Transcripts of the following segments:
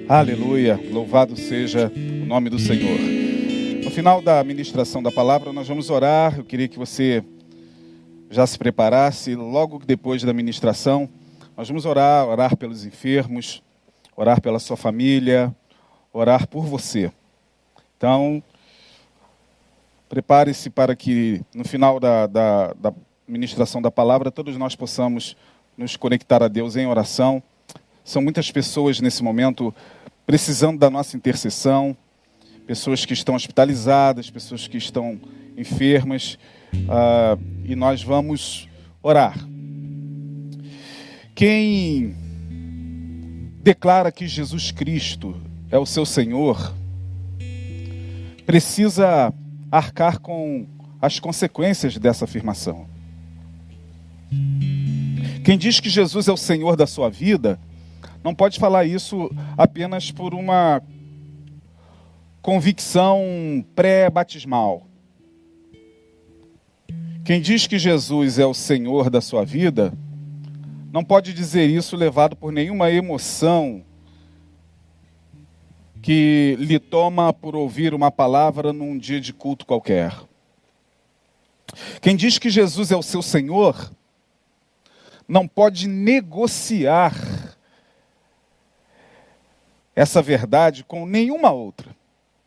Aleluia, louvado seja o nome do Senhor. No final da ministração da palavra, nós vamos orar. Eu queria que você já se preparasse. Logo depois da ministração, nós vamos orar pelos enfermos, orar pela sua família, orar por você. Então, prepare-se para que no final da ministração da palavra, todos nós possamos nos conectar a Deus em oração. São muitas pessoas nesse momento precisando da nossa intercessão, pessoas que estão hospitalizadas, pessoas que estão enfermas, e nós vamos orar. Quem declara que Jesus Cristo é o seu Senhor, precisa arcar com as consequências dessa afirmação. Quem diz que Jesus é o Senhor da sua vida, não pode falar isso apenas por uma convicção pré-batismal. Quem diz que Jesus é o Senhor da sua vida, não pode dizer isso levado por nenhuma emoção que lhe toma por ouvir uma palavra num dia de culto qualquer. Quem diz que Jesus é o seu Senhor, não pode negociar essa verdade com nenhuma outra.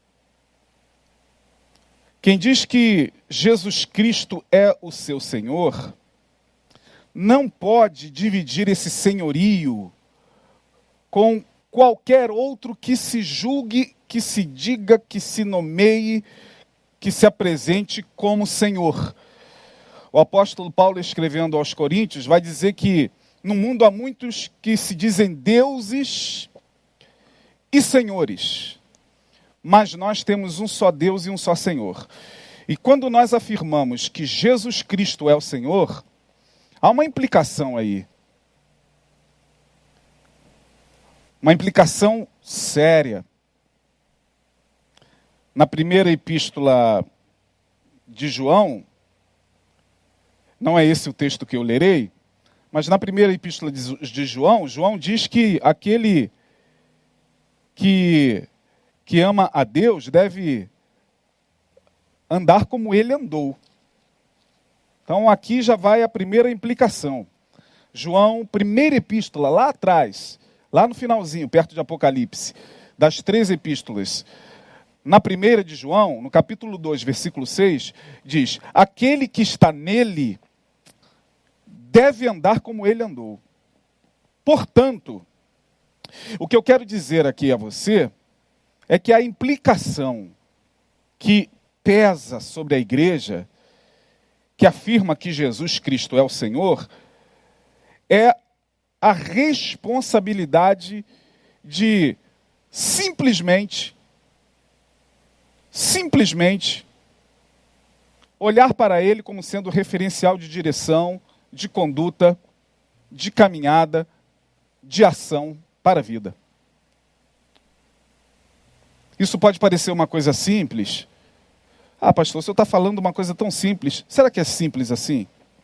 Quem diz que Jesus Cristo é o seu Senhor, não pode dividir esse senhorio com qualquer outro que se julgue, que se diga, que se nomeie, que se apresente como Senhor. O apóstolo Paulo, escrevendo aos Coríntios, vai dizer que no mundo há muitos que se dizem deuses e senhores, mas nós temos um só Deus e um só Senhor. E quando nós afirmamos que Jesus Cristo é o Senhor, há uma implicação aí. Uma implicação séria. Na primeira epístola de João, não é esse o texto que eu lerei, mas na primeira epístola de João, João diz que aquele que ama a Deus deve andar como ele andou. Então aqui já vai a primeira implicação. João, primeira epístola, lá atrás, lá no finalzinho, perto de Apocalipse, das 3 epístolas, na primeira de João, no capítulo 2, versículo 6, diz: aquele que está nele deve andar como ele andou. Portanto, o que eu quero dizer aqui a você é que a implicação que pesa sobre a igreja, que afirma que Jesus Cristo é o Senhor, é a responsabilidade de simplesmente olhar para Ele como sendo referencial de direção, de conduta, de caminhada, de ação para a vida. Isso pode parecer uma coisa simples. Ah, pastor, o senhor está falando uma coisa tão simples. Será que é simples assim?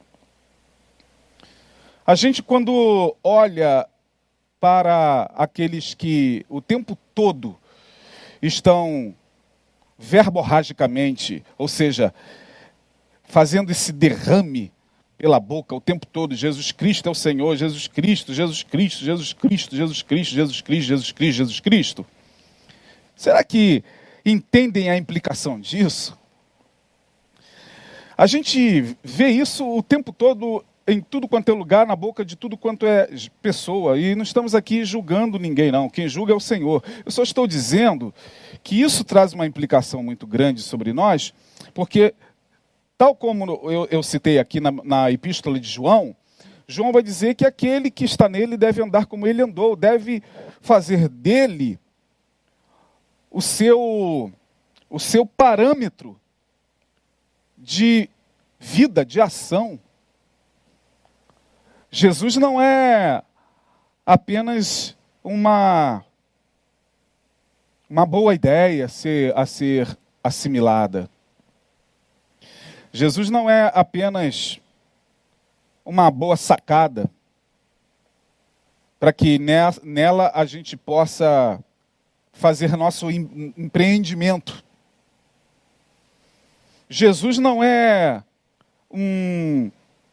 A gente, quando olha para aqueles que o tempo todo estão verborragicamente, ou seja, fazendo esse derrame pela boca o tempo todo: Jesus Cristo é o Senhor, Jesus Cristo, Jesus Cristo, Jesus Cristo, Jesus Cristo, Jesus Cristo, Jesus Cristo, Jesus Cristo. Será que entendem a implicação disso? A gente vê isso o tempo todo, em tudo quanto é lugar, na boca de tudo quanto é pessoa, e não estamos aqui julgando ninguém, não. Quem julga é o Senhor. Eu só estou dizendo que isso traz uma implicação muito grande sobre nós, porque tal como eu citei aqui na epístola de João, João vai dizer que aquele que está nele deve andar como ele andou, deve fazer dele o seu parâmetro de vida, de ação. Jesus não é apenas uma boa ideia a ser assimilada. Jesus não é apenas uma boa sacada para que nela a gente possa fazer nosso empreendimento. Jesus não é um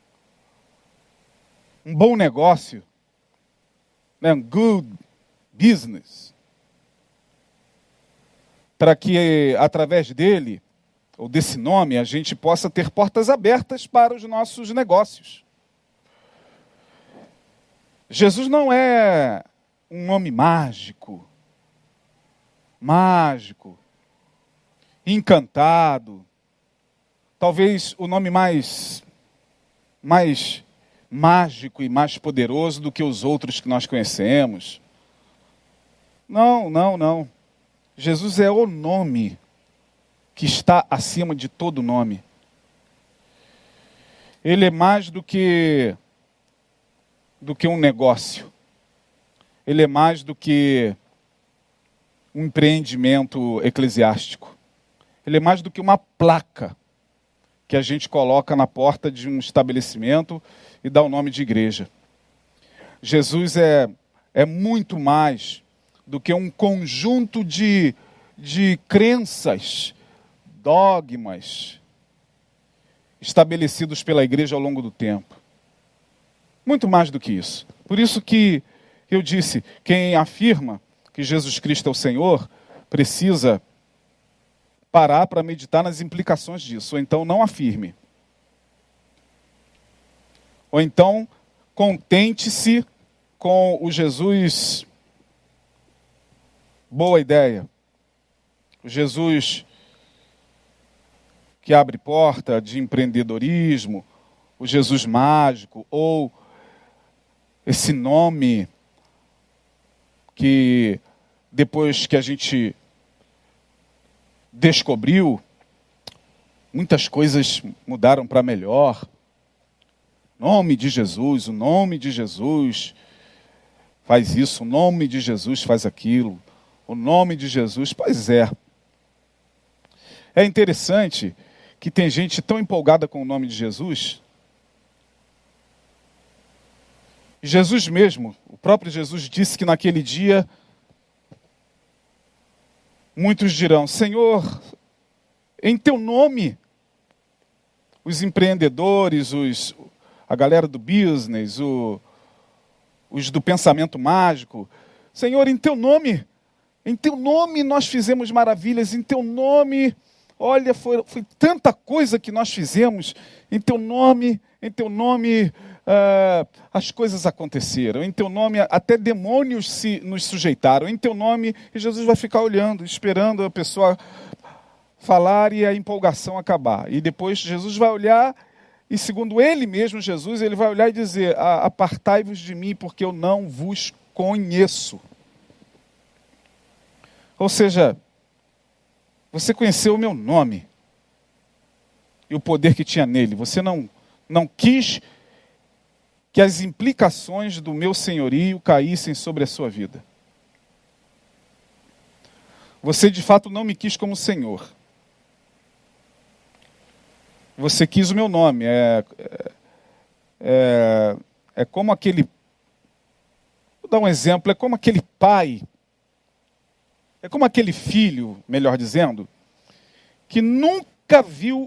bom negócio, né? Um good business, para que através dele, ou desse nome, a gente possa ter portas abertas para os nossos negócios. Jesus não é um nome mágico, encantado. Talvez o nome mais mágico e mais poderoso do que os outros que nós conhecemos. Não. Jesus é o nome que está acima de todo nome. Ele é mais do que um negócio. Ele é mais do que um empreendimento eclesiástico. Ele é mais do que uma placa que a gente coloca na porta de um estabelecimento e dá o nome de igreja. Jesus é muito mais do que um conjunto de crenças, dogmas estabelecidos pela igreja ao longo do tempo. Muito mais do que isso. Por isso que eu disse, quem afirma que Jesus Cristo é o Senhor, precisa parar para meditar nas implicações disso. Ou então não afirme. Ou então contente-se com o Jesus boa ideia. O Jesus que abre porta de empreendedorismo, o Jesus mágico, ou esse nome que depois que a gente descobriu, muitas coisas mudaram para melhor. O nome de Jesus faz isso, o nome de Jesus faz aquilo, o nome de Jesus, pois é. É interessante que tem gente tão empolgada com o nome de Jesus. Jesus mesmo, o próprio Jesus disse que naquele dia muitos dirão: Senhor, em teu nome, os empreendedores, a galera do business, os do pensamento mágico, Senhor, em teu nome nós fizemos maravilhas, em teu nome, olha, foi tanta coisa que nós fizemos, em teu nome, as coisas aconteceram, em teu nome até demônios nos sujeitaram, em teu nome, e Jesus vai ficar olhando, esperando a pessoa falar e a empolgação acabar. E depois Jesus vai olhar, e segundo ele mesmo, Jesus, ele vai olhar e dizer: apartai-vos de mim, porque eu não vos conheço. Ou seja, você conheceu o meu nome e o poder que tinha nele. Você não quis que as implicações do meu senhorio caíssem sobre a sua vida. Você de fato não me quis como Senhor. Você quis o meu nome. É como aquele... Vou dar um exemplo. É como aquele pai... É como aquele filho, melhor dizendo, que nunca viu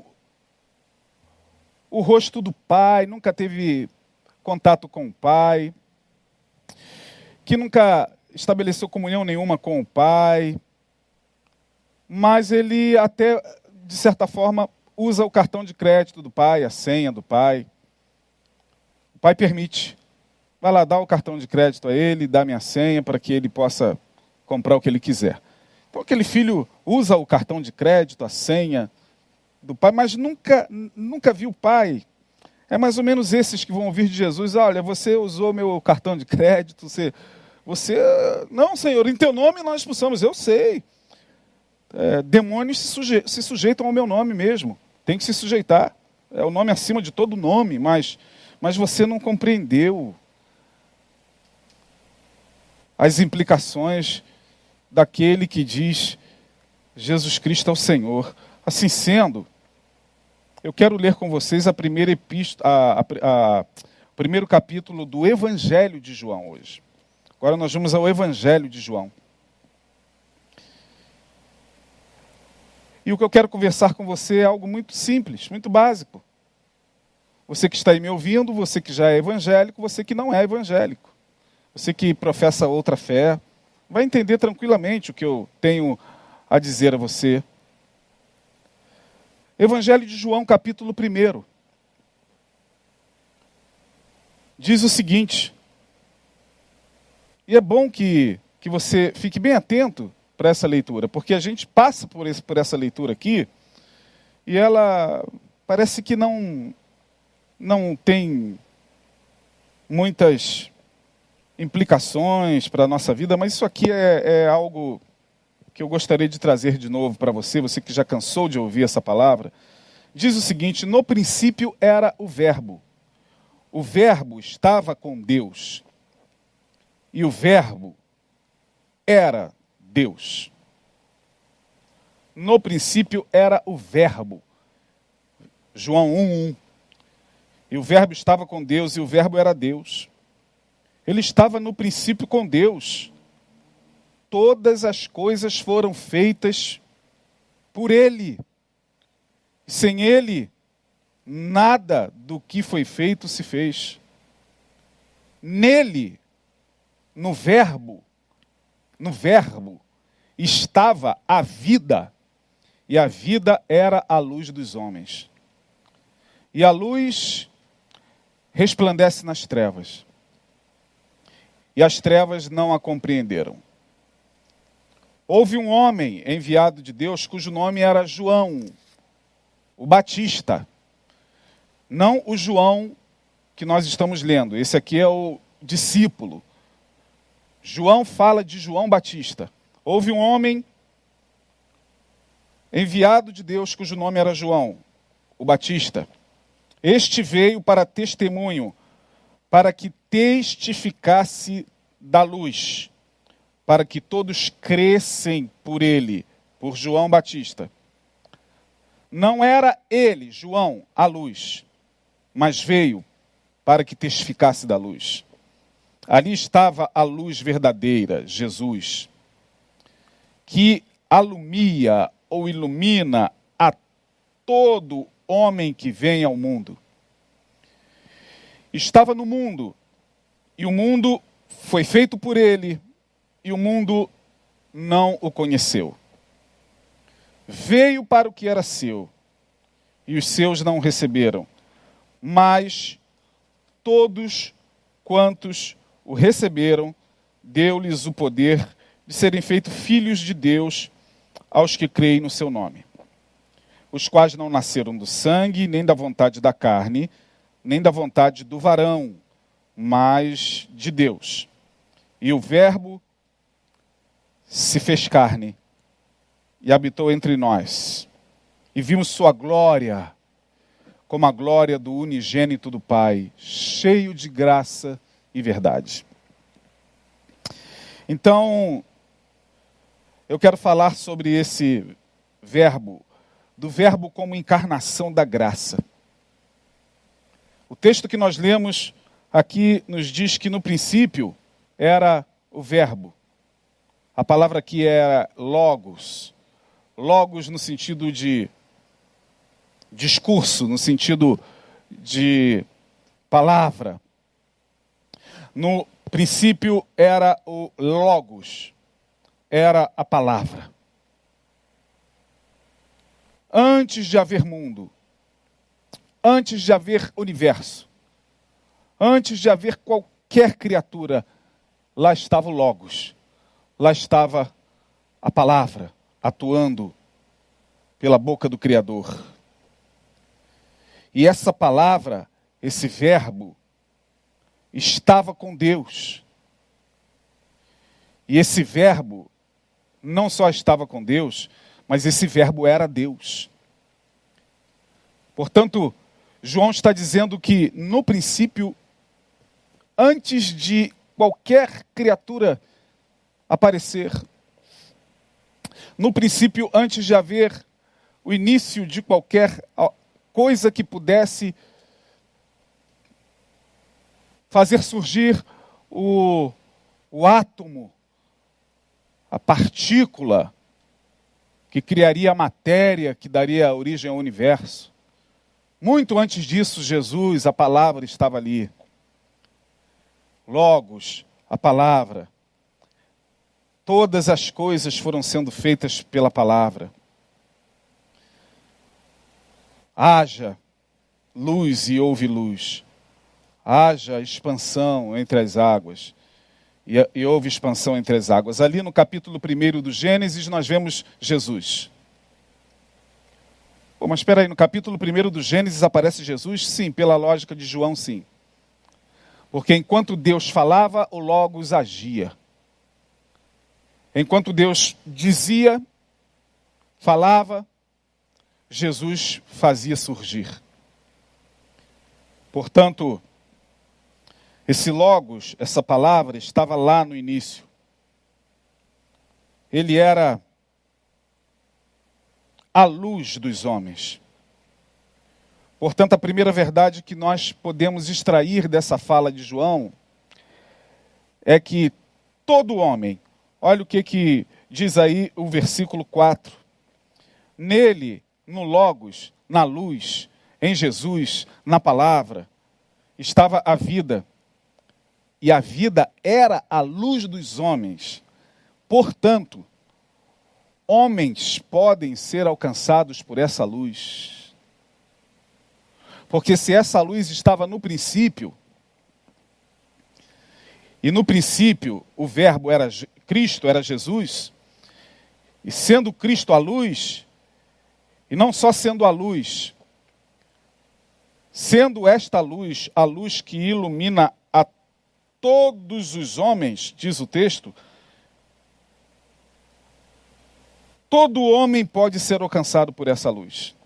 o rosto do pai, nunca teve contato com o pai, que nunca estabeleceu comunhão nenhuma com o pai, mas ele até, de certa forma, usa o cartão de crédito do pai, a senha do pai. O pai permite. Vai lá, dá o cartão de crédito a ele, dá minha senha para que ele possa comprar o que ele quiser. Então aquele filho usa o cartão de crédito, a senha do pai, mas nunca viu o pai. É mais ou menos esses que vão ouvir de Jesus: olha, você usou meu cartão de crédito, você... Não, Senhor, em teu nome nós expulsamos. Eu sei. Demônios se sujeitam ao meu nome mesmo. Tem que se sujeitar. É o nome acima de todo nome, mas você não compreendeu as implicações daquele que diz Jesus Cristo é o Senhor. Assim sendo, eu quero ler com vocês o primeiro capítulo do Evangelho de João hoje. Agora nós vamos ao Evangelho de João. E o que eu quero conversar com você é algo muito simples, muito básico. Você que está aí me ouvindo, você que já é evangélico, você que não é evangélico. Você que professa outra fé, vai entender tranquilamente o que eu tenho a dizer a você. Evangelho de João, capítulo 1. Diz o seguinte, e é bom que você fique bem atento para essa leitura, porque a gente passa por essa leitura aqui, e ela parece que não tem muitas implicações para a nossa vida, mas isso aqui é algo que eu gostaria de trazer de novo para você, você que já cansou de ouvir essa palavra. Diz o seguinte, no princípio era o Verbo estava com Deus, e o Verbo era Deus. No princípio era o Verbo. João 1:1. E o Verbo estava com Deus, e o Verbo era Deus. Ele estava no princípio com Deus. Todas as coisas foram feitas por Ele. Sem Ele, nada do que foi feito se fez. Nele, no Verbo, estava a vida, e a vida era a luz dos homens. E a luz resplandece nas trevas, e as trevas não a compreenderam. Houve um homem enviado de Deus, cujo nome era João, o Batista. Não o João que nós estamos lendo, esse aqui é o discípulo. João fala de João Batista. Houve um homem enviado de Deus, cujo nome era João, o Batista. Este veio para testemunho, para que testificasse da luz, para que todos crescem por ele, por João Batista. Não era ele, João, a luz, mas veio para que testificasse da luz. Ali estava a luz verdadeira, Jesus, que alumia ou ilumina a todo homem que vem ao mundo. Estava no mundo, e o mundo foi feito por ele, e o mundo não o conheceu. Veio para o que era seu, e os seus não o receberam. Mas todos quantos o receberam, deu-lhes o poder de serem feitos filhos de Deus aos que creem no seu nome. Os quais não nasceram do sangue, nem da vontade da carne, nem da vontade do varão, mas de Deus. E o Verbo se fez carne e habitou entre nós. E vimos sua glória, como a glória do unigênito do Pai, cheio de graça e verdade. Então, eu quero falar sobre esse verbo, do verbo como encarnação da graça. O texto que nós lemos aqui nos diz que no princípio era o verbo. A palavra aqui é logos. Logos no sentido de discurso, no sentido de palavra. No princípio era o logos, era a palavra. Antes de haver mundo, antes de haver universo, antes de haver qualquer criatura, lá estava o logos, lá estava a palavra atuando pela boca do Criador. E essa palavra, esse verbo, estava com Deus. E esse verbo não só estava com Deus, mas esse verbo era Deus. Portanto, João está dizendo que no princípio, antes de qualquer criatura aparecer, no princípio, antes de haver o início de qualquer coisa que pudesse fazer surgir o átomo, a partícula que criaria a matéria que daria origem ao universo. Muito antes disso, Jesus, a palavra, estava ali. Logos, a palavra. Todas as coisas foram sendo feitas pela palavra. Haja luz e houve luz. Haja expansão entre as águas. E houve expansão entre as águas. Ali no capítulo 1 do Gênesis, nós vemos Jesus. Pô, mas espera aí, no capítulo 1 do Gênesis aparece Jesus? Sim, pela lógica de João, sim. Porque enquanto Deus falava, o Logos agia. Enquanto Deus dizia, falava, Jesus fazia surgir. Portanto, esse Logos, essa palavra, estava lá no início. Ele era a luz dos homens. Portanto, a primeira verdade que nós podemos extrair dessa fala de João é que todo homem, olha o que diz aí o versículo 4. Nele, no Logos, na luz, em Jesus, na palavra, estava a vida. E a vida era a luz dos homens. Portanto, homens podem ser alcançados por essa luz. Porque se essa luz estava no princípio, e no princípio o verbo era Cristo, era Jesus, e sendo Cristo a luz, e não só sendo a luz, sendo esta luz a luz que ilumina a todos os homens, diz o texto, todo homem pode ser alcançado por essa luz.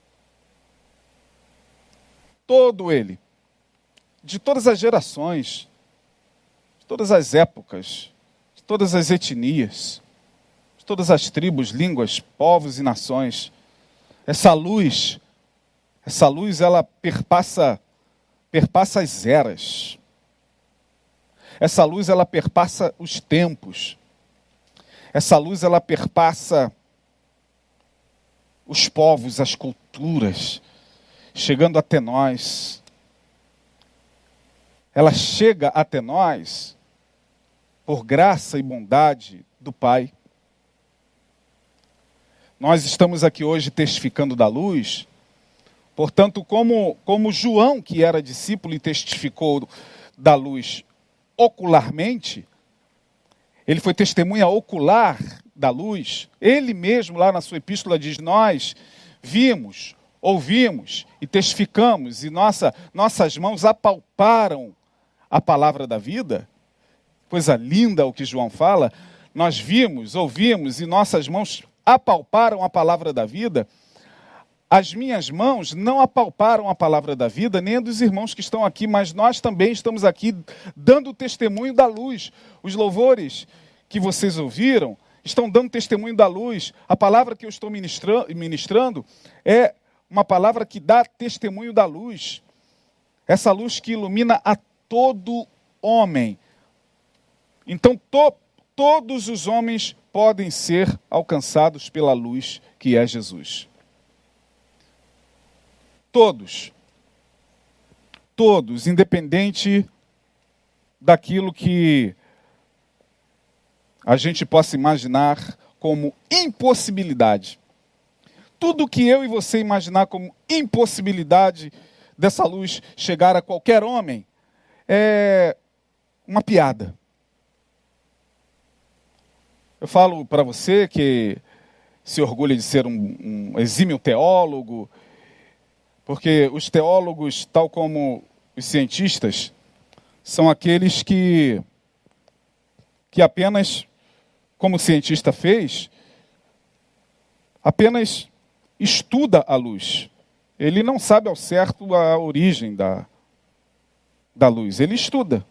Todo ele. De todas as gerações, de todas as épocas, de todas as etnias, de todas as tribos, línguas, povos e nações. Essa luz ela perpassa as eras. Essa luz, ela perpassa os tempos. Essa luz, ela perpassa os povos, as culturas, chegando até nós. Ela chega até nós por graça e bondade do Pai. Nós estamos aqui hoje testificando da luz, portanto, como João, que era discípulo e testificou da luz ocularmente, ele foi testemunha ocular da luz. Ele mesmo, lá na sua epístola, diz: nós vimos, ouvimos e testificamos, e nossas mãos apalparam a palavra da vida. Coisa linda o que João fala. Nós vimos, ouvimos e nossas mãos apalparam a palavra da vida. As minhas mãos não apalparam a palavra da vida, nem a dos irmãos que estão aqui, mas nós também estamos aqui dando testemunho da luz. Os louvores que vocês ouviram estão dando testemunho da luz. A palavra que eu estou ministrando é uma palavra que dá testemunho da luz. Essa luz que ilumina a todo homem. Então, todos os homens podem ser alcançados pela luz que é Jesus. Todos. Todos, independente daquilo que a gente possa imaginar como impossibilidade. Tudo que eu e você imaginar como impossibilidade dessa luz chegar a qualquer homem é uma piada. Eu falo para você que se orgulha de ser um exímio teólogo, porque os teólogos, tal como os cientistas, são aqueles que apenas, como o cientista fez, apenas estuda a luz. Ele não sabe ao certo a origem da luz, ele estuda.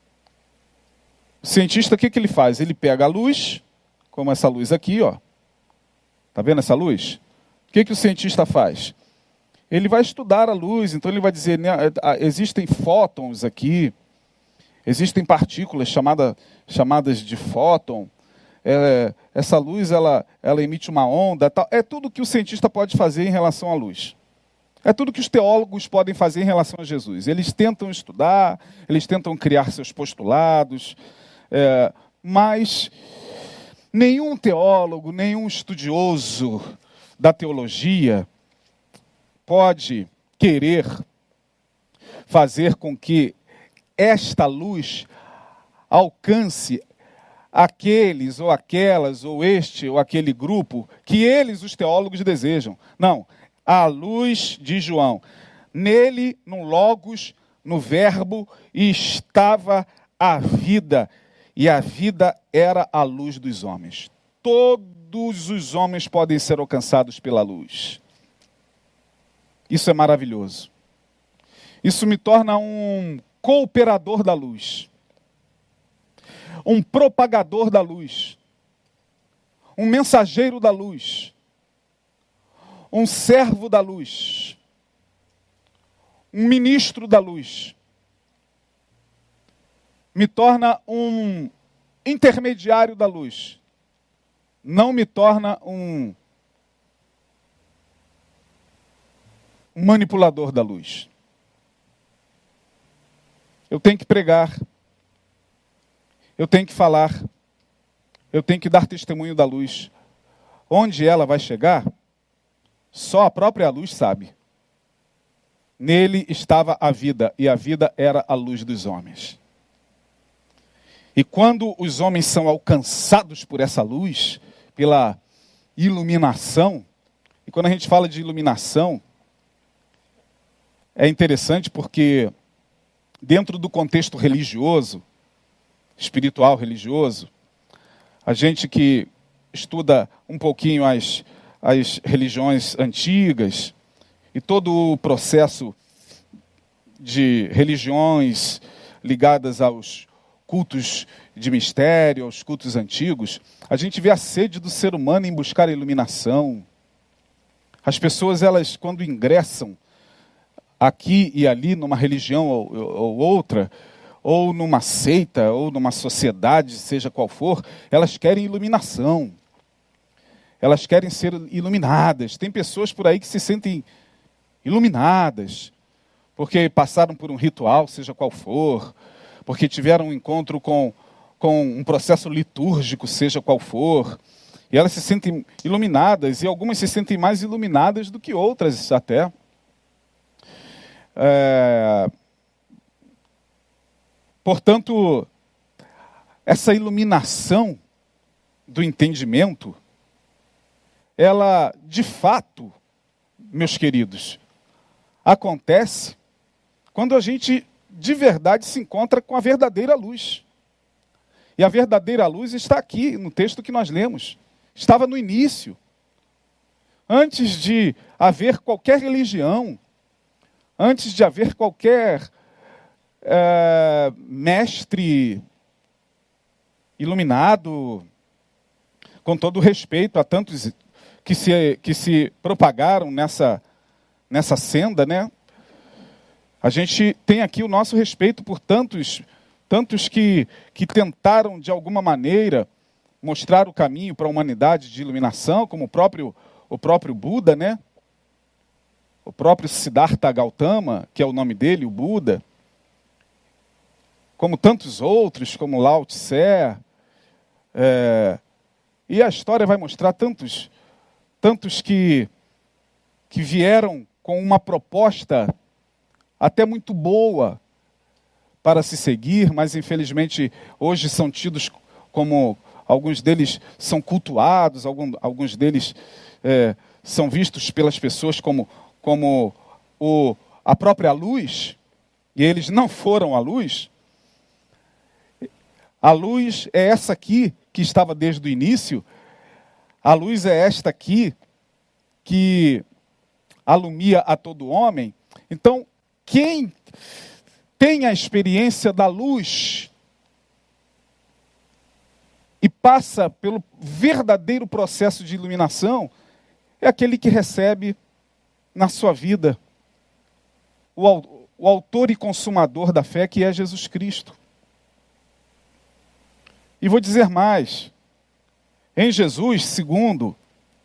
O cientista, o que ele faz? Ele pega a luz, como essa luz aqui, ó. Tá vendo essa luz? O que o cientista faz? Ele vai estudar a luz, então ele vai dizer, né, existem fótons aqui, existem partículas chamadas de fóton, essa luz ela emite uma onda, tal. É tudo que o cientista pode fazer em relação à luz. É tudo que os teólogos podem fazer em relação a Jesus. Eles tentam estudar, eles tentam criar seus postulados, mas nenhum teólogo, nenhum estudioso da teologia pode querer fazer com que esta luz alcance aqueles ou aquelas, ou este ou aquele grupo que eles, os teólogos, desejam. Não. A luz de João. Nele, no Logos, no Verbo, estava a vida. E a vida era a luz dos homens. Todos os homens podem ser alcançados pela luz. Isso é maravilhoso. Isso me torna um cooperador da luz. Um propagador da luz. Um mensageiro da luz. Um servo da luz, um ministro da luz, me torna um intermediário da luz, não me torna um manipulador da luz. Eu tenho que pregar, eu tenho que falar, eu tenho que dar testemunho da luz. Onde ela vai chegar? Só a própria luz sabe. Nele estava a vida, e a vida era a luz dos homens. E quando os homens são alcançados por essa luz, pela iluminação, e quando a gente fala de iluminação, é interessante porque dentro do contexto religioso, espiritual religioso, a gente que estuda um pouquinho as religiões antigas e todo o processo de religiões ligadas aos cultos de mistério, aos cultos antigos, a gente vê a sede do ser humano em buscar a iluminação. As pessoas, elas, quando ingressam aqui e ali numa religião ou outra, ou numa seita, ou numa sociedade, seja qual for, elas querem iluminação. Elas querem ser iluminadas. Tem pessoas por aí que se sentem iluminadas, porque passaram por um ritual, seja qual for, porque tiveram um encontro com um processo litúrgico, seja qual for, e elas se sentem iluminadas, e algumas se sentem mais iluminadas do que outras até. Portanto, essa iluminação do entendimento, ela, de fato, meus queridos, acontece quando a gente, de verdade, se encontra com a verdadeira luz. E a verdadeira luz está aqui, no texto que nós lemos. Estava no início. Antes de haver qualquer religião, antes de haver qualquer mestre iluminado, com todo respeito a tantos que se propagaram nessa senda, né? A gente tem aqui o nosso respeito por tantos que tentaram, de alguma maneira, mostrar o caminho para a humanidade de iluminação, como o próprio Buda, né? O próprio Siddhartha Gautama, que é o nome dele, o Buda, como tantos outros, como Lao Tse, e a história vai mostrar tantos que vieram com uma proposta até muito boa para se seguir, mas infelizmente hoje são tidos como, alguns deles são cultuados, alguns deles são vistos pelas pessoas como a própria luz, e eles não foram a luz. A luz é essa aqui, que estava desde o início. A luz é esta aqui, que alumia a todo homem. Então, quem tem a experiência da luz e passa pelo verdadeiro processo de iluminação, é aquele que recebe na sua vida o autor e consumador da fé, que é Jesus Cristo. E vou dizer mais, Em Jesus, segundo,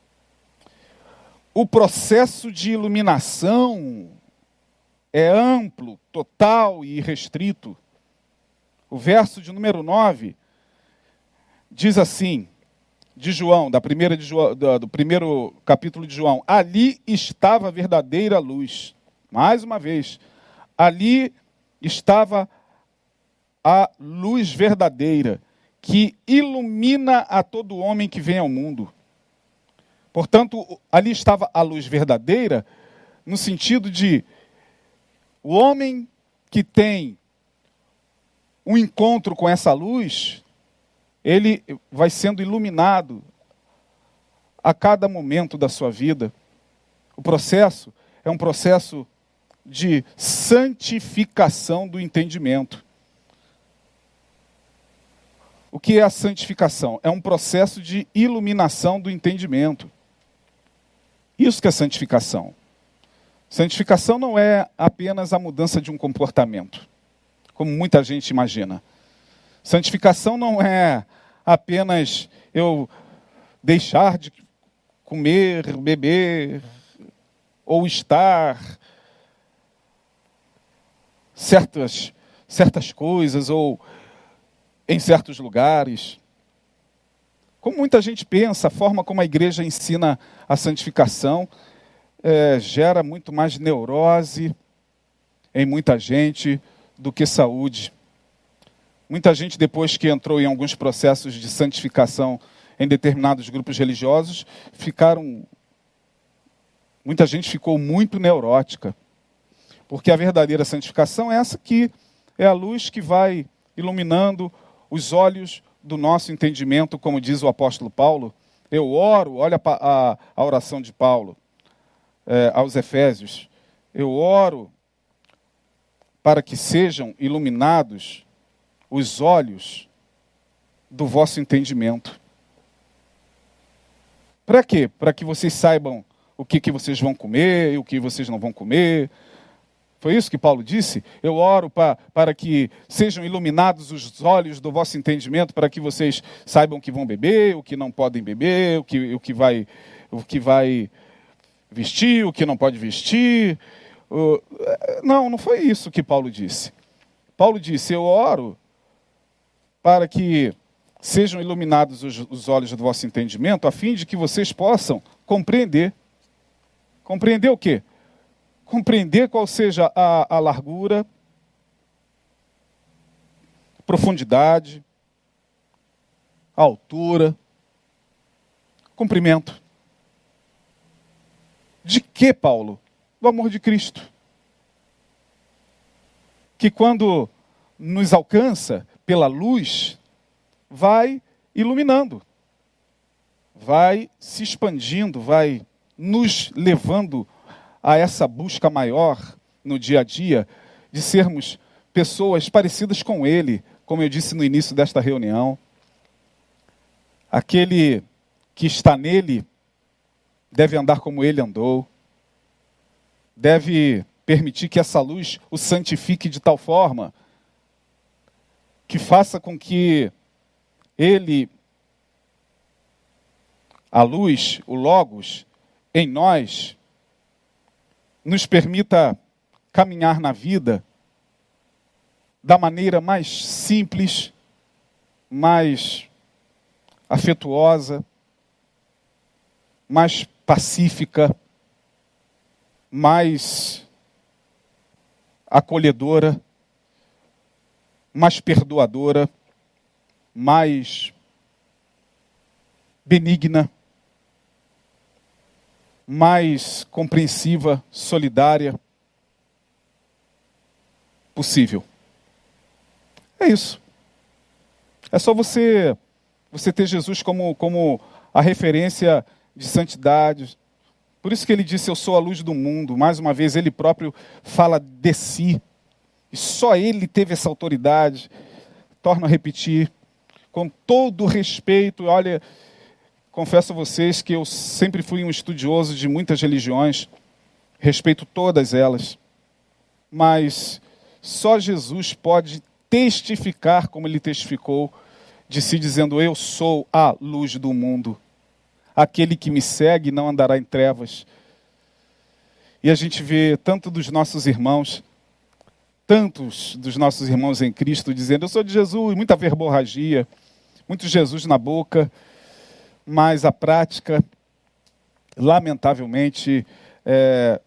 o processo de iluminação é amplo, total e irrestrito. O verso de número 9 diz assim, de João, do primeiro capítulo de João: ali estava a verdadeira luz. Mais uma vez, ali estava a luz verdadeira, que ilumina a todo homem que vem ao mundo. Portanto, ali estava a luz verdadeira, no sentido de o homem que tem um encontro com essa luz, ele vai sendo iluminado a cada momento da sua vida. O processo é um processo de santificação do entendimento. O que é a santificação? É um processo de iluminação do entendimento. Isso que é santificação. Santificação não é apenas a mudança de um comportamento, como muita gente imagina. Santificação não é apenas eu deixar de comer, beber, ou estar certas coisas, ou em certos lugares. Como muita gente pensa, a forma como a igreja ensina a santificação gera muito mais neurose em muita gente do que saúde. Muita gente, depois que entrou em alguns processos de santificação em determinados grupos religiosos, muita gente ficou muito neurótica. Porque a verdadeira santificação é essa que é a luz que vai iluminando os olhos do nosso entendimento, como diz o apóstolo Paulo. Eu oro, olha a oração de Paulo aos Efésios. Eu oro para que sejam iluminados os olhos do vosso entendimento. Para quê? Para que vocês saibam o que vocês vão comer e o que vocês não vão comer. Foi isso que Paulo disse? Eu oro para que sejam iluminados os olhos do vosso entendimento, para que vocês saibam o que vão beber, o que não podem beber, o que vai vestir, o que não pode vestir. Não foi isso que Paulo disse. Paulo disse: eu oro para que sejam iluminados os olhos do vosso entendimento, a fim de que vocês possam compreender. Compreender o quê? Compreender qual seja a largura, profundidade, a altura, comprimento. De que, Paulo? Do amor de Cristo. Que quando nos alcança pela luz, vai iluminando, vai se expandindo, vai nos levando a essa busca maior no dia a dia, de sermos pessoas parecidas com Ele, como eu disse no início desta reunião. Aquele que está nele deve andar como Ele andou, deve permitir que essa luz o santifique de tal forma que faça com que Ele, a luz, o Logos, em nós, nos permita caminhar na vida da maneira mais simples, mais afetuosa, mais pacífica, mais acolhedora, mais perdoadora, mais benigna, mais compreensiva, solidária possível. É isso. É só você ter Jesus como a referência de santidade. Por isso que ele disse: eu sou a luz do mundo. Mais uma vez, ele próprio fala de si. E só ele teve essa autoridade. Torno a repetir, com todo respeito. Olha, confesso a vocês que eu sempre fui um estudioso de muitas religiões. Respeito todas elas. Mas só Jesus pode testificar como ele testificou de si, dizendo: eu sou a luz do mundo. Aquele que me segue não andará em trevas. E a gente vê tantos dos nossos irmãos em Cristo dizendo: eu sou de Jesus, muita verborragia, muito Jesus na boca, mas a prática, lamentavelmente, é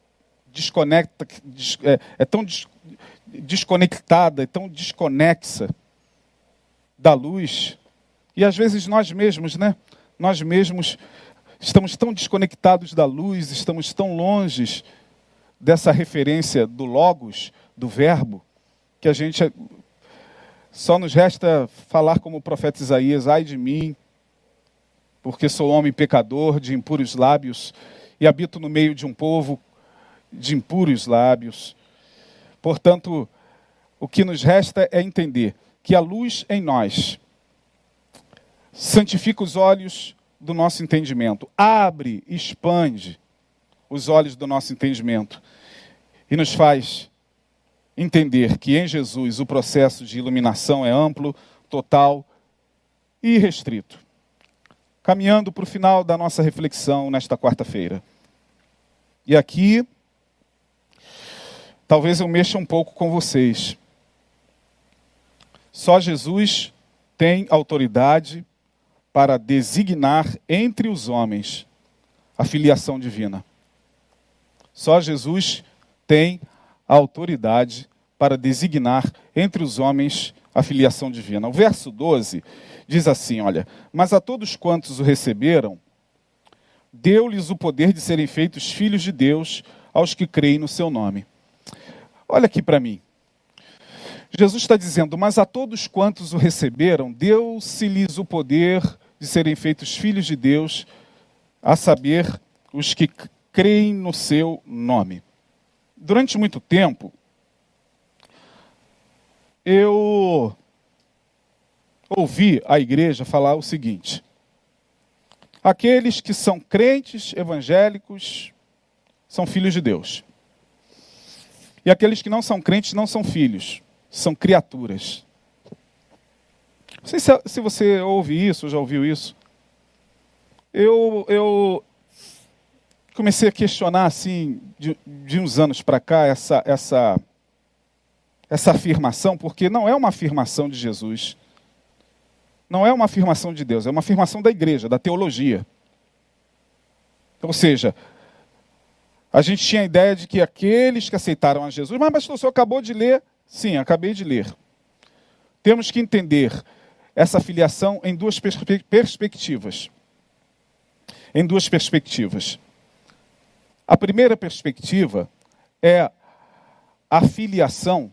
tão desconectada, é tão desconexa da luz. E às vezes nós mesmos, nós mesmos estamos tão desconectados da luz, estamos tão longe dessa referência do Logos, do Verbo, que a gente só nos resta falar como o profeta Isaías: ai de mim, porque sou homem pecador, de impuros lábios, e habito no meio de um povo de impuros lábios. Portanto, o que nos resta é entender que a luz em nós santifica os olhos do nosso entendimento, abre, expande os olhos do nosso entendimento e nos faz entender que em Jesus o processo de iluminação é amplo, total e irrestrito. Caminhando para o final da nossa reflexão nesta quarta-feira. E aqui, talvez eu mexa um pouco com vocês. Só Jesus tem autoridade para designar entre os homens a filiação divina. Só Jesus tem a autoridade para designar entre os homens a filiação divina. O verso 12 diz assim, olha: mas a todos quantos o receberam, deu-lhes o poder de serem feitos filhos de Deus, aos que creem no seu nome. Olha aqui para mim. Jesus está dizendo: mas a todos quantos o receberam, deu-se-lhes o poder de serem feitos filhos de Deus, a saber, os que creem no seu nome. Durante muito tempo, eu ouvi a igreja falar o seguinte: aqueles que são crentes evangélicos são filhos de Deus. E aqueles que não são crentes não são filhos, são criaturas. Não sei se você ouve isso, ou já ouviu isso. Eu comecei a questionar, assim, de uns anos para cá, essa afirmação, porque não é uma afirmação de Jesus. Não é uma afirmação de Deus, é uma afirmação da igreja, da teologia. Ou seja, a gente tinha a ideia de que aqueles que aceitaram a Jesus... Mas pastor, o senhor acabou de ler? Sim, acabei de ler. Temos que entender essa filiação em duas perspectivas. Em duas perspectivas. A primeira perspectiva é a filiação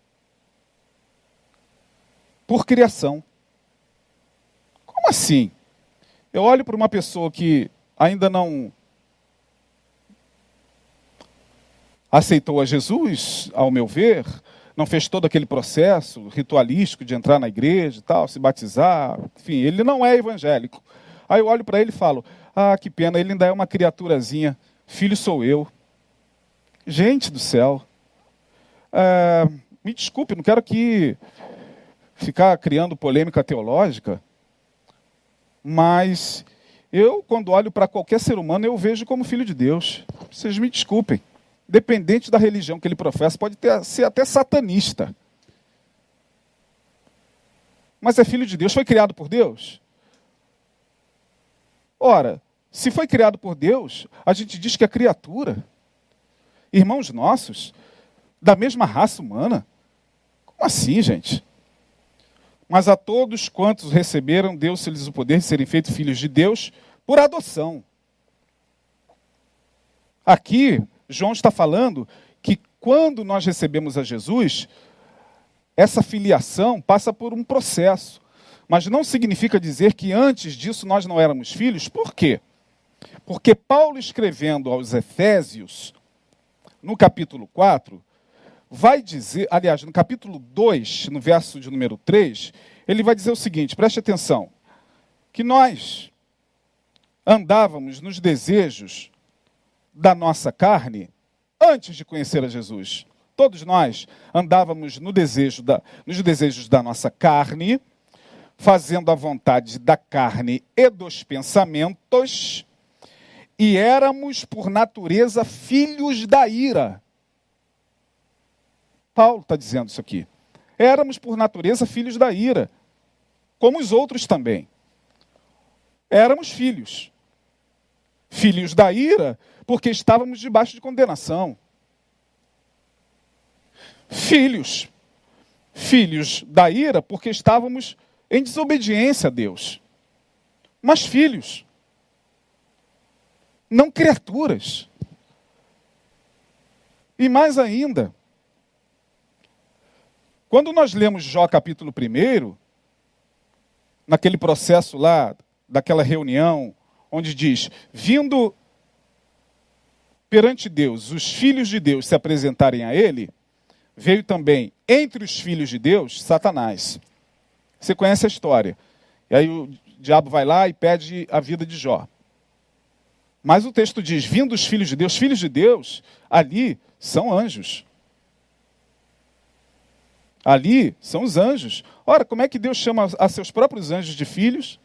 por criação. Como assim? Eu olho para uma pessoa que ainda não aceitou a Jesus, ao meu ver, não fez todo aquele processo ritualístico de entrar na igreja e tal, se batizar, enfim, ele não é evangélico. Aí eu olho para ele e falo: ah, que pena, ele ainda é uma criaturazinha, filho sou eu. Gente do céu, me desculpe, não quero aqui ficar criando polêmica teológica, mas eu, quando olho para qualquer ser humano, eu vejo como filho de Deus. Vocês me desculpem. Independente da religião que ele professa, pode ser até satanista. Mas é filho de Deus, foi criado por Deus. Ora, se foi criado por Deus, a gente diz que é criatura. Irmãos nossos, da mesma raça humana. Como assim, gente? Mas a todos quantos receberam, deu-se-lhes o poder de serem feitos filhos de Deus por adoção. Aqui, João está falando que quando nós recebemos a Jesus, essa filiação passa por um processo. Mas não significa dizer que antes disso nós não éramos filhos. Por quê? Porque Paulo, escrevendo aos Efésios, no capítulo 4, vai dizer, aliás, no capítulo 2, no verso de número 3, ele vai dizer o seguinte, preste atenção, que nós andávamos nos desejos da nossa carne antes de conhecer a Jesus. Todos nós andávamos nos desejos da nossa carne, fazendo a vontade da carne e dos pensamentos, e éramos, por natureza, filhos da ira. Paulo está dizendo isso aqui. Éramos, por natureza, filhos da ira, como os outros também. Éramos filhos. Filhos da ira, porque estávamos debaixo de condenação. Filhos da ira, porque estávamos em desobediência a Deus. Mas filhos, não criaturas. E mais ainda, quando nós lemos Jó capítulo 1, naquele processo lá, daquela reunião, onde diz, vindo perante Deus, os filhos de Deus se apresentarem a ele, veio também entre os filhos de Deus, Satanás. Você conhece a história. E aí o diabo vai lá e pede a vida de Jó. Mas o texto diz, vindo os filhos de Deus, ali são anjos. Ali são os anjos. Ora, como é que Deus chama a seus próprios anjos de filhos?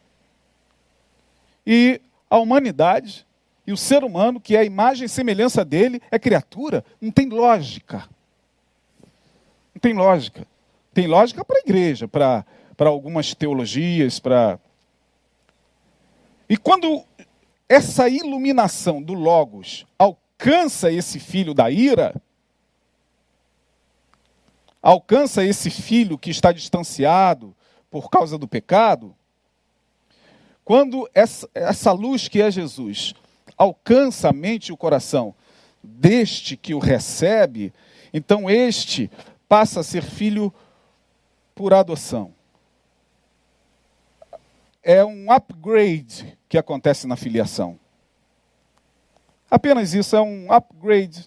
E a humanidade e o ser humano, que é a imagem e semelhança dele, é criatura? Não tem lógica. Não tem lógica. Tem lógica para a igreja, para algumas teologias, E quando essa iluminação do Logos alcança esse filho da ira, alcança esse filho que está distanciado por causa do pecado, quando essa luz que é Jesus alcança a mente e o coração deste que o recebe, então este passa a ser filho por adoção. É um upgrade que acontece na filiação. Apenas isso, é um upgrade.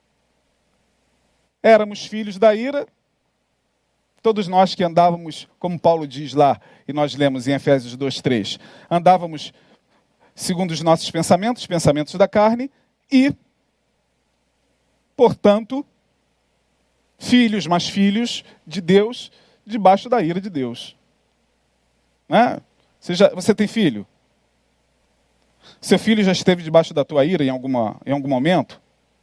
Éramos filhos da ira, todos nós que andávamos, como Paulo diz lá, e nós lemos em Efésios 2:3, andávamos segundo os nossos pensamentos, pensamentos da carne, e, portanto, filhos, mas filhos de Deus, debaixo da ira de Deus. Né? Você tem filho? Seu filho já esteve debaixo da tua ira em algum momento?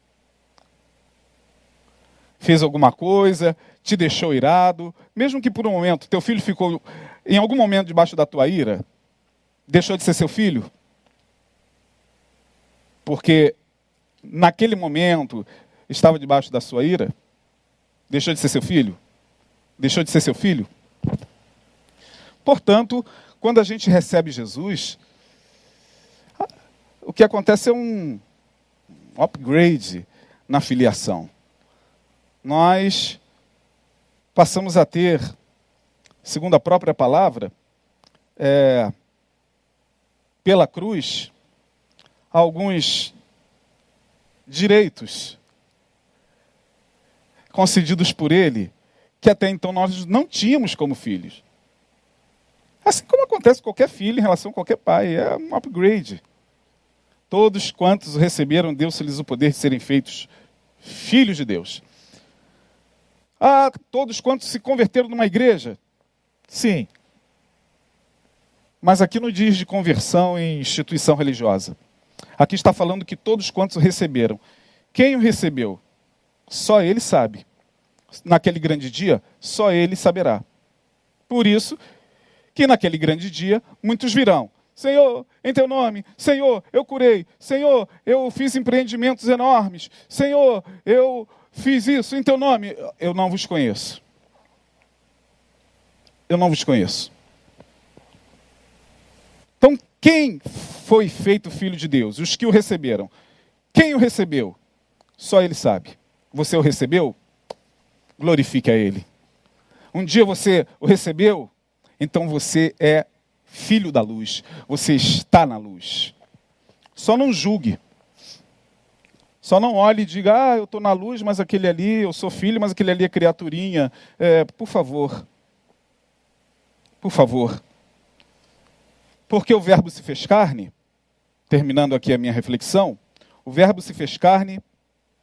Fez alguma coisa, te deixou irado, mesmo que por um momento, teu filho ficou em algum momento debaixo da tua ira, deixou de ser seu filho? Porque naquele momento estava debaixo da sua ira? Deixou de ser seu filho? Deixou de ser seu filho? Portanto, quando a gente recebe Jesus, o que acontece é um upgrade na filiação. Nós passamos a ter, segundo a própria palavra, pela cruz, alguns direitos concedidos por ele, que até então nós não tínhamos como filhos. Assim como acontece com qualquer filho em relação a qualquer pai, é um upgrade. Todos quantos o receberam, deu-se-lhes o poder de serem feitos filhos de Deus. Todos quantos se converteram numa igreja? Sim. Mas aqui não diz de conversão em instituição religiosa. Aqui está falando que todos quantos o receberam. Quem o recebeu? Só ele sabe. Naquele grande dia, só ele saberá. Por isso que naquele grande dia, muitos virão. Senhor, em teu nome, Senhor, eu curei. Senhor, eu fiz empreendimentos enormes. Senhor, eu fiz isso em teu nome. Eu não vos conheço. Eu não vos conheço. Então, quem foi feito filho de Deus? Os que o receberam. Quem o recebeu? Só ele sabe. Você o recebeu? Glorifique a ele. Um dia você o recebeu? Então você é filho da luz. Você está na luz. Só não julgue. Só não olhe e diga, eu estou na luz, mas aquele ali, eu sou filho, mas aquele ali é criaturinha. Por favor. Por favor. Porque o verbo se fez carne, terminando aqui a minha reflexão, o verbo se fez carne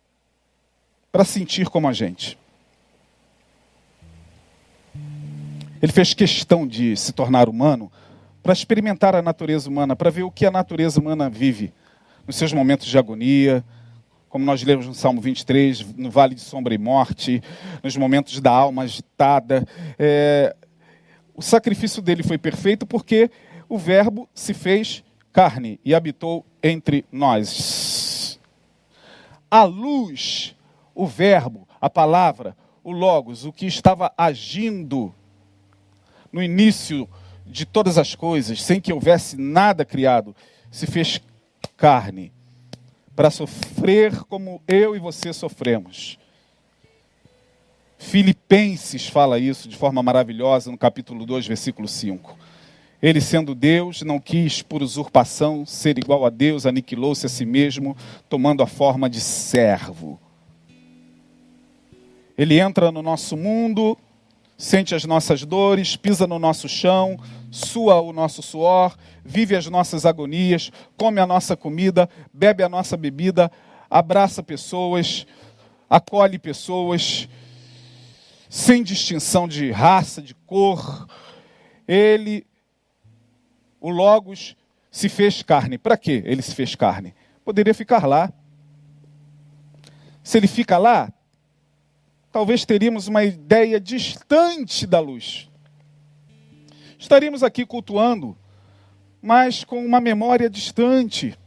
para sentir como a gente. Ele fez questão de se tornar humano para experimentar a natureza humana, para ver o que a natureza humana vive nos seus momentos de agonia, como nós lemos no Salmo 23, no vale de sombra e morte, nos momentos da alma agitada. O sacrifício dele foi perfeito porque o Verbo se fez carne e habitou entre nós. A luz, o Verbo, a palavra, o Logos, o que estava agindo no início de todas as coisas, sem que houvesse nada criado, se fez carne para sofrer como eu e você sofremos. Filipenses fala isso de forma maravilhosa no capítulo 2, versículo 5. Ele, sendo Deus, não quis por usurpação ser igual a Deus, aniquilou-se a si mesmo, tomando a forma de servo. Ele entra no nosso mundo, sente as nossas dores, pisa no nosso chão, sua o nosso suor, vive as nossas agonias, come a nossa comida, bebe a nossa bebida, abraça pessoas, acolhe pessoas, sem distinção de raça, de cor. Ele, o Logos, se fez carne. Para quê ele se fez carne? Poderia ficar lá. Se ele fica lá, talvez teríamos uma ideia distante da luz. Estaríamos aqui cultuando, mas com uma memória distante,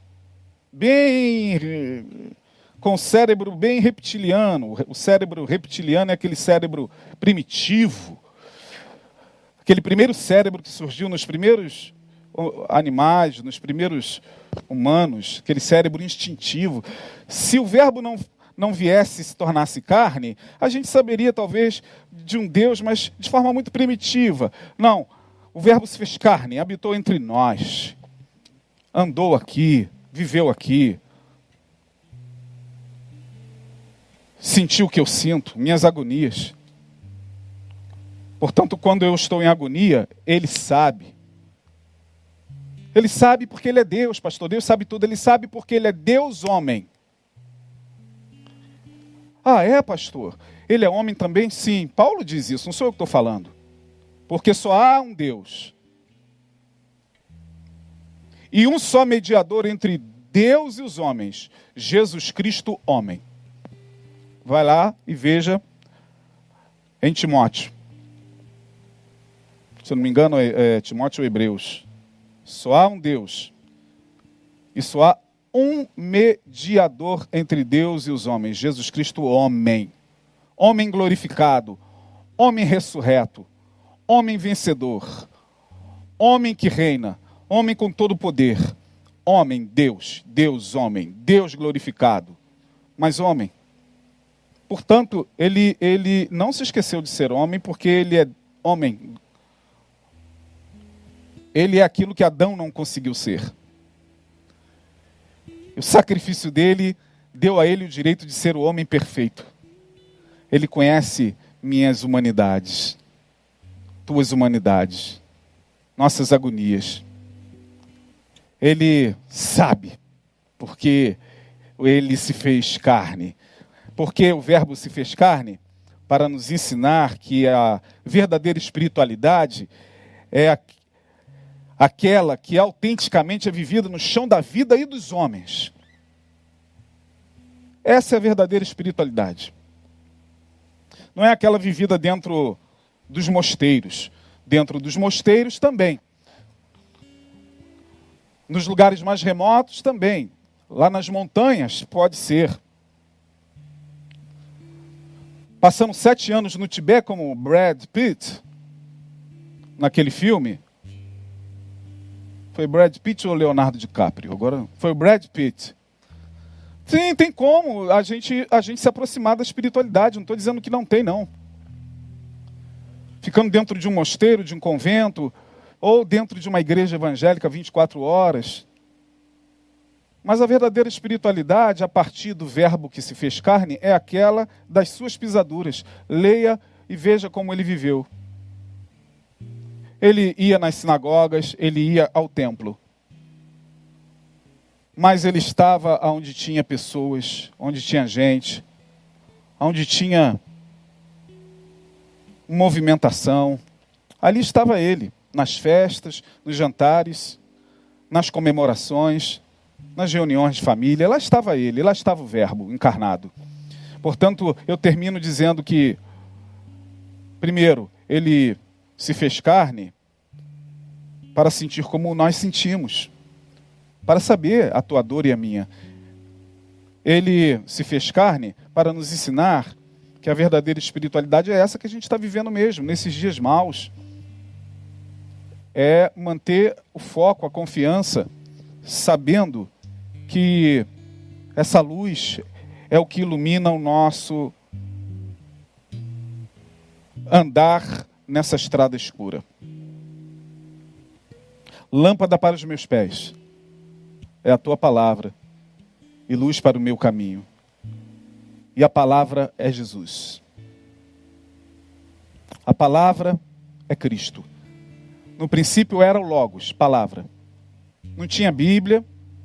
com o cérebro bem reptiliano. O cérebro reptiliano é aquele cérebro primitivo, aquele primeiro cérebro que surgiu nos primeiros animais, nos primeiros humanos, aquele cérebro instintivo. Se o Verbo não viesse e se tornasse carne, a gente saberia talvez de um Deus, mas de forma muito primitiva. Não, o Verbo se fez carne, habitou entre nós, andou aqui, viveu aqui, sentiu o que eu sinto, minhas agonias. Portanto, quando eu estou em agonia, Ele sabe. Ele sabe porque Ele é Deus, pastor. Deus sabe tudo. Ele sabe porque Ele é Deus homem. Ah, é, pastor? Ele é homem também? Sim. Paulo diz isso, não sou eu que estou falando. Porque só há um Deus. E um só mediador entre Deus e os homens, Jesus Cristo, homem. Vai lá e veja em Timóteo. Se eu não me engano, é Timóteo ou Hebreus. Só há um Deus. E só há um mediador entre Deus e os homens, Jesus Cristo, homem. Homem glorificado, homem ressurreto, homem vencedor, homem que reina, homem com todo o poder, homem, Deus, Deus, homem, Deus glorificado, mas homem. Portanto, ele não se esqueceu de ser homem, porque ele é homem. Ele é aquilo que Adão não conseguiu ser. O sacrifício dele deu a ele o direito de ser o homem perfeito. Ele conhece minhas humanidades, tuas humanidades, nossas agonias. Ele sabe, porque ele se fez carne. Porque o Verbo se fez carne para nos ensinar que a verdadeira espiritualidade é aquela que autenticamente é vivida no chão da vida e dos homens. Essa é a verdadeira espiritualidade. Não é aquela vivida dentro dos mosteiros. Dentro dos mosteiros também. Nos lugares mais remotos também. Lá nas montanhas pode ser. Passamos 7 anos no Tibete como Brad Pitt, naquele filme. Foi Brad Pitt ou Leonardo DiCaprio? Agora foi o Brad Pitt. Sim, tem como a gente se aproximar da espiritualidade. Não estou dizendo que não tem, não. Ficando dentro de um mosteiro, de um convento, ou dentro de uma igreja evangélica 24 horas. Mas a verdadeira espiritualidade, a partir do Verbo que se fez carne, é aquela das suas pisaduras. Leia e veja como ele viveu. Ele ia nas sinagogas, ele ia ao templo. Mas ele estava onde tinha pessoas, onde tinha gente, onde tinha movimentação, Ali estava ele, nas festas, nos jantares, nas comemorações, nas reuniões de família. Lá estava ele, lá estava o Verbo encarnado. Portanto, eu termino dizendo que, primeiro, ele se fez carne para sentir como nós sentimos, para saber a tua dor e a minha. Ele se fez carne para nos ensinar que a verdadeira espiritualidade é essa que a gente está vivendo mesmo, nesses dias maus. É manter o foco, a confiança, sabendo que essa luz é o que ilumina o nosso andar nessa estrada escura. Lâmpada para os meus pés é a tua palavra e luz para o meu caminho. E a palavra é Jesus. A palavra é Cristo. No princípio era o Logos, palavra. Não tinha Bíblia.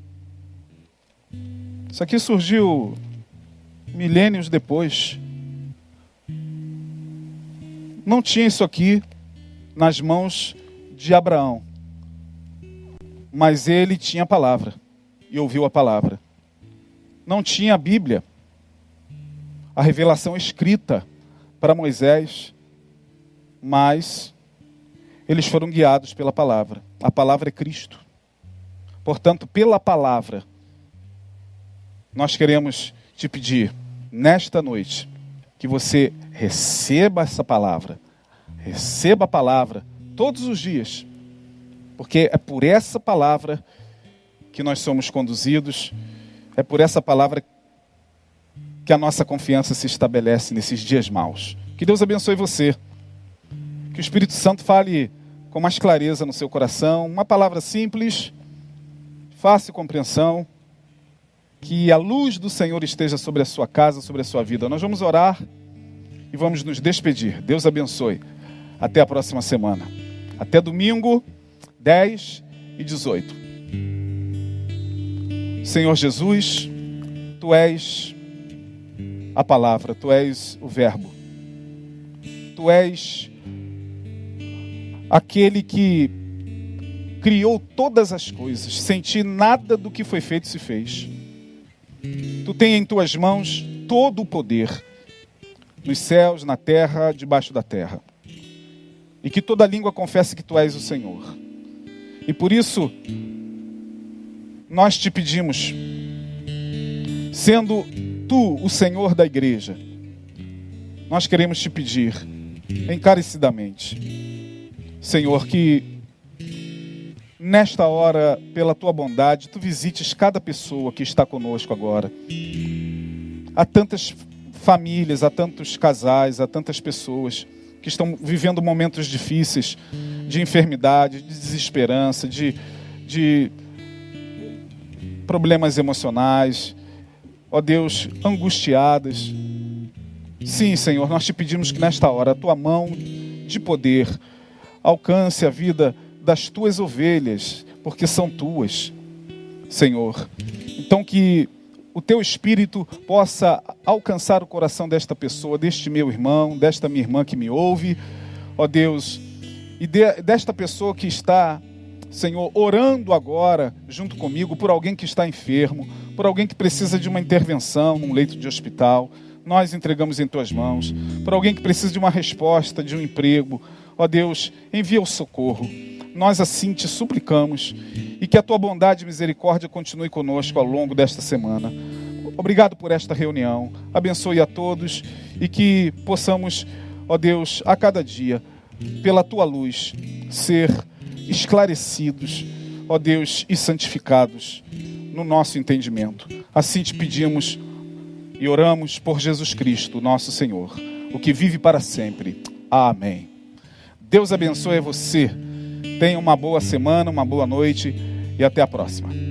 Isso aqui surgiu milênios depois. Não tinha isso aqui nas mãos de Abraão. Mas ele tinha a palavra e ouviu a palavra. Não tinha a Bíblia, a revelação escrita para Moisés, mas eles foram guiados pela palavra. A palavra é Cristo. Portanto, pela palavra, nós queremos te pedir, nesta noite, que você receba essa palavra. Receba a palavra todos os dias. Porque é por essa palavra que nós somos conduzidos, é por essa palavra que a nossa confiança se estabelece nesses dias maus. Que Deus abençoe você. Que o Espírito Santo fale com mais clareza no seu coração. Uma palavra simples, fácil compreensão. Que a luz do Senhor esteja sobre a sua casa, sobre a sua vida. Nós vamos orar e vamos nos despedir. Deus abençoe. Até a próxima semana. Até domingo, 10 e 18. Senhor Jesus, Tu és a palavra, Tu és o Verbo. Tu és aquele que criou todas as coisas. Sem Ti nada do que foi feito se fez. Tu tens em Tuas mãos todo o poder, nos céus, na terra, debaixo da terra. E que toda língua confesse que Tu és o Senhor. E por isso, nós te pedimos, sendo Tu o Senhor da igreja, nós queremos te pedir, encarecidamente, Senhor, que nesta hora, pela Tua bondade, Tu visites cada pessoa que está conosco agora. Há tantas famílias, há tantos casais, há tantas pessoas que estão vivendo momentos difíceis, de enfermidade, de desesperança, de problemas emocionais, ó Deus, angustiadas. Sim, Senhor, nós te pedimos que nesta hora a Tua mão de poder alcance a vida das Tuas ovelhas, porque são Tuas, Senhor. Então que o Teu Espírito possa alcançar o coração desta pessoa, deste meu irmão, desta minha irmã que me ouve, ó Deus, e desta pessoa que está, Senhor, orando agora junto comigo por alguém que está enfermo, por alguém que precisa de uma intervenção num leito de hospital. Nós entregamos em Tuas mãos. Por alguém que precisa de uma resposta, de um emprego, ó Deus, envia o socorro. Nós assim te suplicamos e que a Tua bondade e misericórdia continue conosco ao longo desta semana. Obrigado por esta reunião. Abençoe a todos e que possamos, ó Deus, a cada dia, pela Tua luz, ser esclarecidos, ó Deus, e santificados no nosso entendimento. Assim te pedimos e oramos por Jesus Cristo, nosso Senhor, o que vive para sempre. Amém. Deus abençoe você. Tenha uma boa semana, uma boa noite e até a próxima.